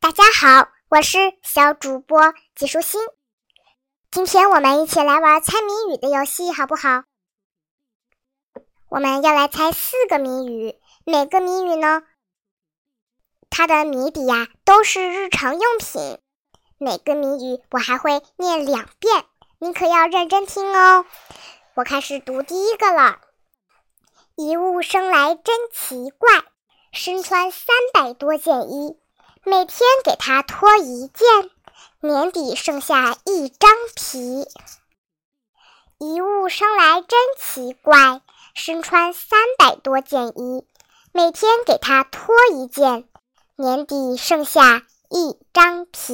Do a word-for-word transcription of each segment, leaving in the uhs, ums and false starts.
大家好，我是小主播季舒心。今天我们一起来玩猜谜语的游戏，好不好？我们要来猜四个谜语，每个谜语呢，它的谜底呀、啊、都是日常用品。每个谜语我还会念两遍，你可要认真听哦。我开始读第一个了。一物生来真奇怪，身穿三百多件衣，每天给它脱一件，年底剩下一张皮。一物生来真奇怪，身穿三百多件衣，每天给它脱一件，年底剩下一张皮。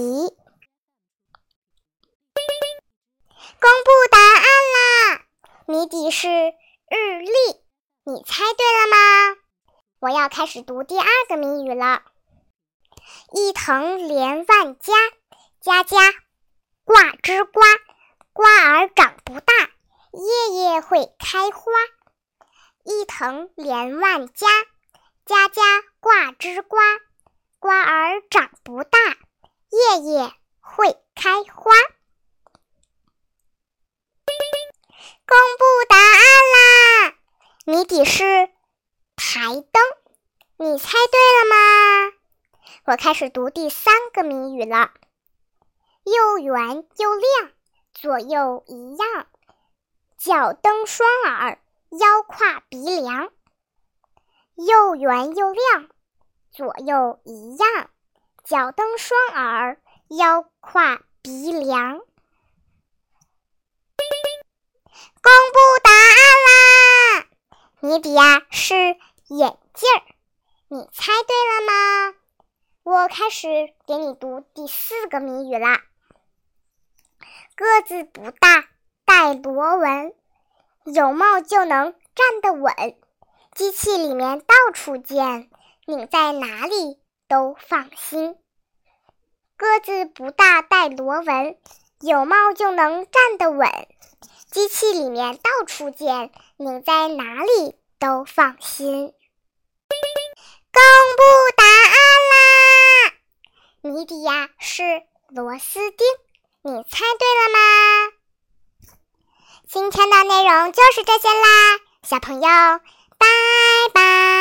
公布答案啦！谜底是日历，你猜对了吗？我要开始读第二个谜语了。一藤连万家，家家挂枝瓜，瓜儿长不大，叶叶会开花。一藤连万家，家家挂枝瓜，瓜儿长不大，叶叶会开花。公布答案啦！谜底是台灯，你猜对了吗？我开始读第三个谜语了。又圆又亮，左右一样，脚蹬双耳，腰挎鼻梁。又圆又亮，左右一样，脚蹬双耳，腰挎鼻梁。公布答案啦！谜底呀、啊、是眼镜儿，你猜对了吗？我开始给你读第四个谜语啦。个子不大，带螺纹，有帽就能站得稳，机器里面到处见，拧在哪里都放心。个子不大，带螺纹，有帽就能站得稳，机器里面到处见，拧在哪里都放心。公布答案啦！谜底呀、啊、是螺丝钉，你猜对了吗？今天的内容就是这些啦，小朋友，拜拜。